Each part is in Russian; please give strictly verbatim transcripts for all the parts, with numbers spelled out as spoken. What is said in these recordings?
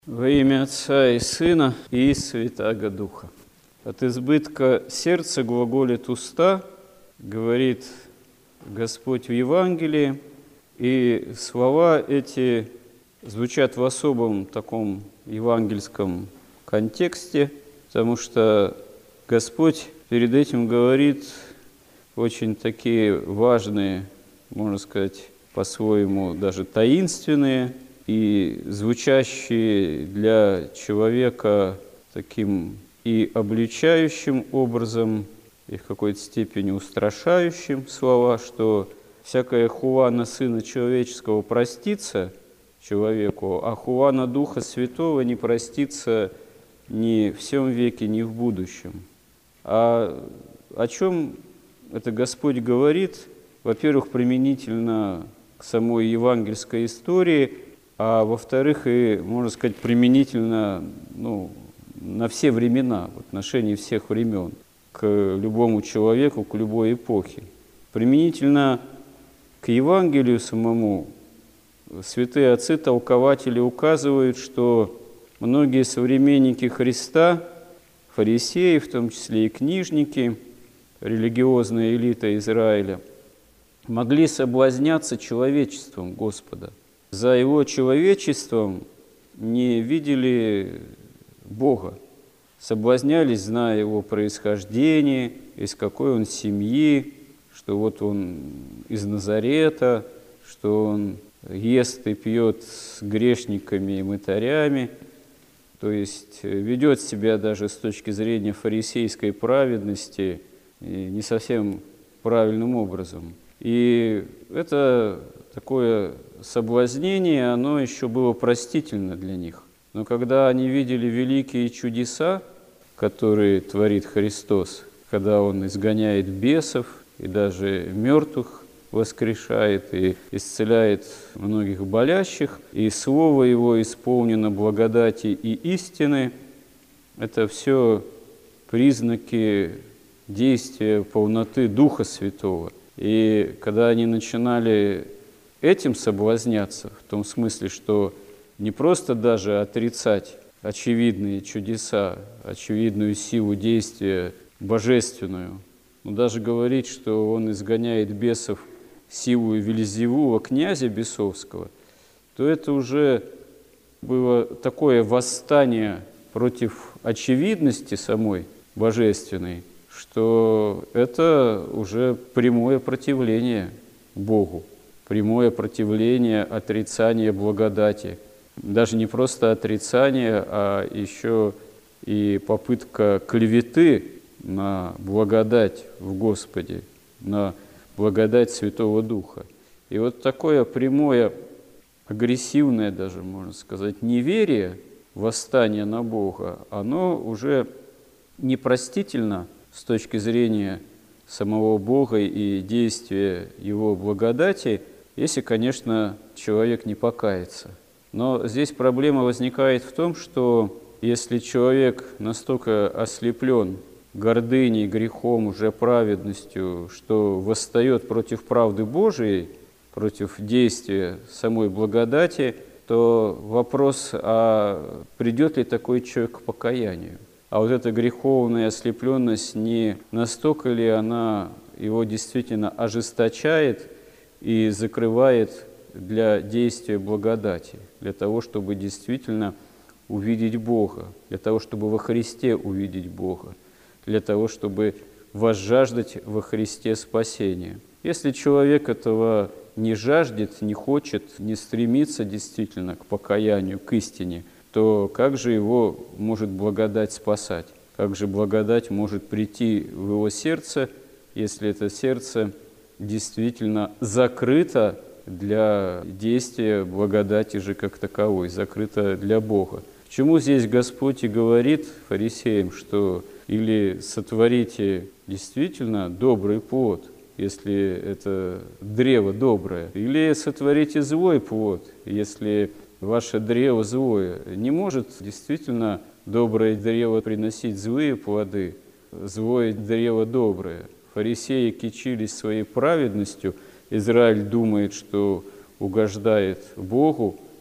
Во имя Отца и Сына и Святаго Духа. От избытка сердца глаголит уста, говорит Господь в Евангелии, и слова эти звучат в особом таком евангельском контексте, потому что Господь перед этим говорит очень такие важные, можно сказать, по-своему даже таинственные и звучащие для человека таким и обличающим образом, и в какой-то степени устрашающим слова, что всякая хуана Сына Человеческого простится человеку, а хуана Духа Святого не простится ни в всем веке, ни в будущем. А о чем это Господь говорит? Во-первых, применительно к самой евангельской истории, а во-вторых, и, можно сказать, применительно ну, на все времена, в отношении всех времен, к любому человеку, к любой эпохе. Применительно к Евангелию самому святые отцы-толкователи указывают, что многие современники Христа, фарисеи, в том числе и книжники, религиозная элита Израиля, могли соблазняться человечеством Господа. За его человечеством не видели Бога, соблазнялись, зная его происхождение, из какой он семьи, что вот он из Назарета, что он ест и пьет с грешниками и мытарями, то есть ведет себя даже с точки зрения фарисейской праведности не совсем правильным образом. И это такое соблазнение, оно еще было простительно для них. Но когда они видели великие чудеса, которые творит Христос, когда Он изгоняет бесов и даже мертвых воскрешает и исцеляет многих болящих, и Слово Его исполнено благодати и истины, это все признаки действия полноты Духа Святого. И когда они начинали этим соблазняться, в том смысле, что не просто даже отрицать очевидные чудеса, очевидную силу действия божественную, но даже говорить, что он изгоняет бесов силою Вельзевула, князя бесовского, то это уже было такое восстание против очевидности самой божественной, что это уже прямое противление Богу, прямое противление отрицания благодати. Даже не просто отрицание, а еще и попытка клеветы на благодать в Господе, на благодать Святого Духа. И вот такое прямое, агрессивное даже, можно сказать, неверие, восстание на Бога, оно уже непростительно с точки зрения самого Бога и действия Его благодати, если, конечно, человек не покается. Но здесь проблема возникает в том, что если человек настолько ослеплен гордыней, грехом, уже праведностью, что восстает против правды Божией, против действия самой благодати, то вопрос, а придет ли такой человек к покаянию? А вот эта греховная ослепленность, не настолько ли она его действительно ожесточает и закрывает для действия благодати, для того, чтобы действительно увидеть Бога, для того, чтобы во Христе увидеть Бога, для того, чтобы возжаждать во Христе спасения. Если человек этого не жаждет, не хочет, не стремится действительно к покаянию, к истине, то как же его может благодать спасать? Как же благодать может прийти в его сердце, если это сердце действительно закрыто для действия благодати же как таковой, закрыто для Бога? Почему здесь Господь и говорит фарисеям, что или сотворите действительно добрый плод, если это древо доброе, или сотворите злой плод, если ваше древо злое? Не может действительно доброе древо приносить злые плоды, злое древо доброе. Фарисеи кичились своей праведностью, Израиль думает, что угождает Богу,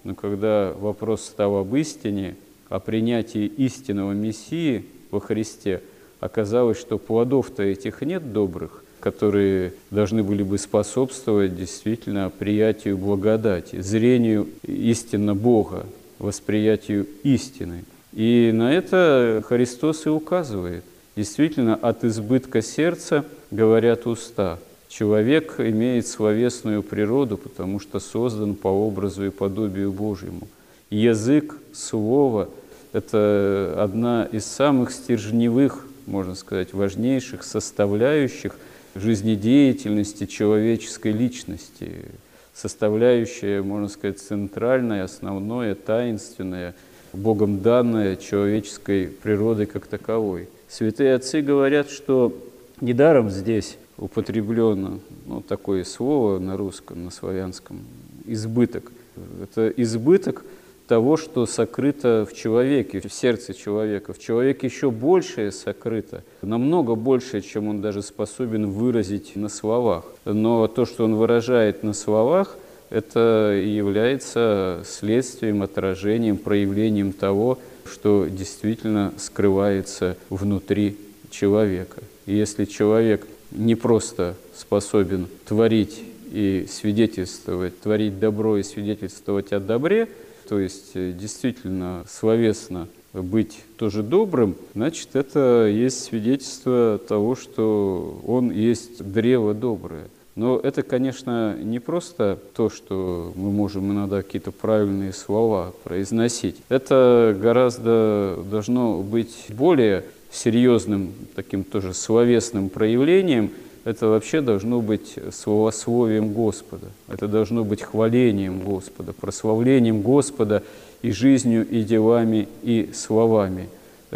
но когда вопрос стал об истине, о принятии истинного Мессии во Христе, оказалось, что плодов-то этих нет добрых, которые должны были бы способствовать действительно приятию благодати, зрению истинно Бога, восприятию истины. И на это Христос и указывает. Действительно, от избытка сердца говорят уста. Человек имеет словесную природу, потому что создан по образу и подобию Божьему. Язык, слово – это одна из самых стержневых, можно сказать, важнейших составляющих жизнедеятельности человеческой личности, составляющая, можно сказать, центральное, основное, таинственное, Богом данное человеческой природой как таковой. Святые отцы говорят, что недаром здесь употреблено ну, такое слово на русском, на славянском – избыток. Это избыток того, что сокрыто в человеке, в сердце человека. В человеке еще большее сокрыто, намного большее, чем он даже способен выразить на словах. Но то, что он выражает на словах, это и является следствием, отражением, проявлением того, что действительно скрывается внутри человека. И если человек не просто способен творить и свидетельствовать, творить добро и свидетельствовать о добре, то есть действительно словесно быть тоже добрым, значит, это есть свидетельство того, что он есть древо доброе. Но это, конечно, не просто то, что мы можем иногда какие-то правильные слова произносить. Это гораздо должно быть более серьезным, таким тоже словесным проявлением. Это вообще должно быть словословием Господа. Это должно быть хвалением Господа, прославлением Господа и жизнью, и делами, и словами.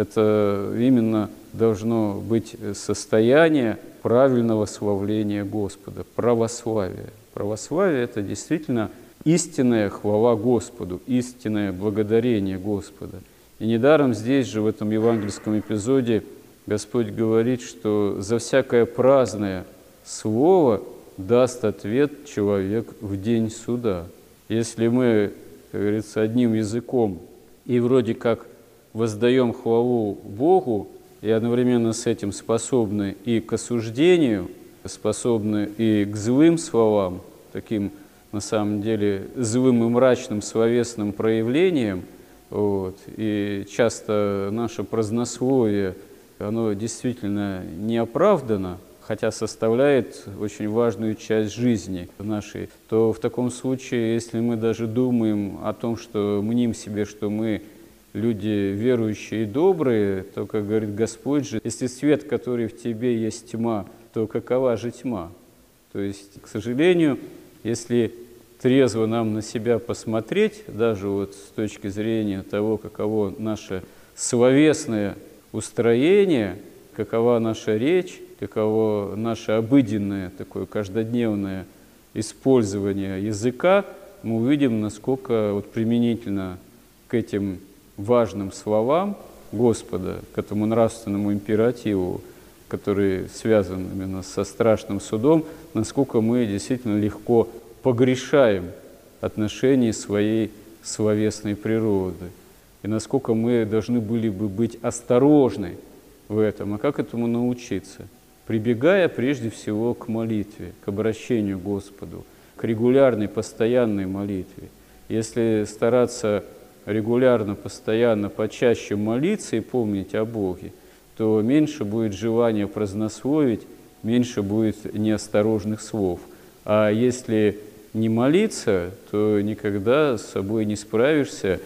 Это именно должно быть состояние правильного славления Господа, православия. Православие – это действительно истинная хвала Господу, истинное благодарение Господа. И недаром здесь же, в этом евангельском эпизоде, Господь говорит, что за всякое праздное слово даст ответ человек в день суда. Если мы, как говорится, одним языком и вроде как воздаем хвалу Богу, и одновременно с этим способны и к осуждению, способны и к злым словам, таким на самом деле злым и мрачным словесным проявлениям, вот, и часто наше празднословие, оно действительно не оправдано, хотя составляет очень важную часть жизни нашей, то в таком случае, если мы даже думаем о том, что мним себе, что мы люди верующие и добрые, то, как говорит Господь же, если свет, который в тебе, есть тьма, то какова же тьма? То есть, к сожалению, если трезво нам на себя посмотреть, даже вот с точки зрения того, каково наше словесное устроение, какова наша речь, каково наше обыденное, такое каждодневное использование языка, мы увидим, насколько вот применительно к этим важным словам Господа, к этому нравственному императиву, который связан именно со страшным судом, насколько мы действительно легко погрешаем отношении своей словесной природы, и насколько мы должны были бы быть осторожны в этом. А как этому научиться? Прибегая прежде всего к молитве, к обращению к Господу, к регулярной, постоянной молитве. Если стараться регулярно, постоянно, почаще молиться и помнить о Боге, то меньше будет желания празднословить, меньше будет неосторожных слов. А если не молиться, то никогда с собой не справишься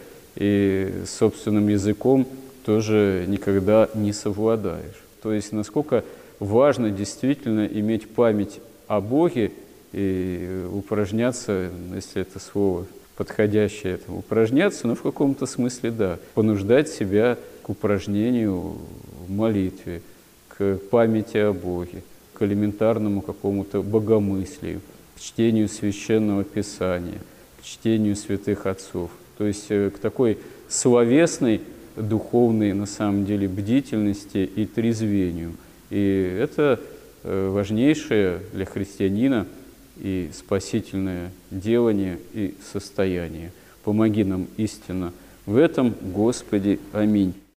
и с собственным языком тоже никогда не совладаешь. То есть насколько важно действительно иметь память о Боге и упражняться, если это слово подходящее этому, упражняться, но в каком-то смысле, да, понуждать себя к упражнению в молитве, к памяти о Боге, к элементарному какому-то богомыслию, к чтению Священного Писания, к чтению святых отцов. То есть к такой словесной, духовной, на самом деле, бдительности и трезвению. И это важнейшее для христианина и спасительное делание и состояние. помоги нам истинно в этом, Господи. Аминь.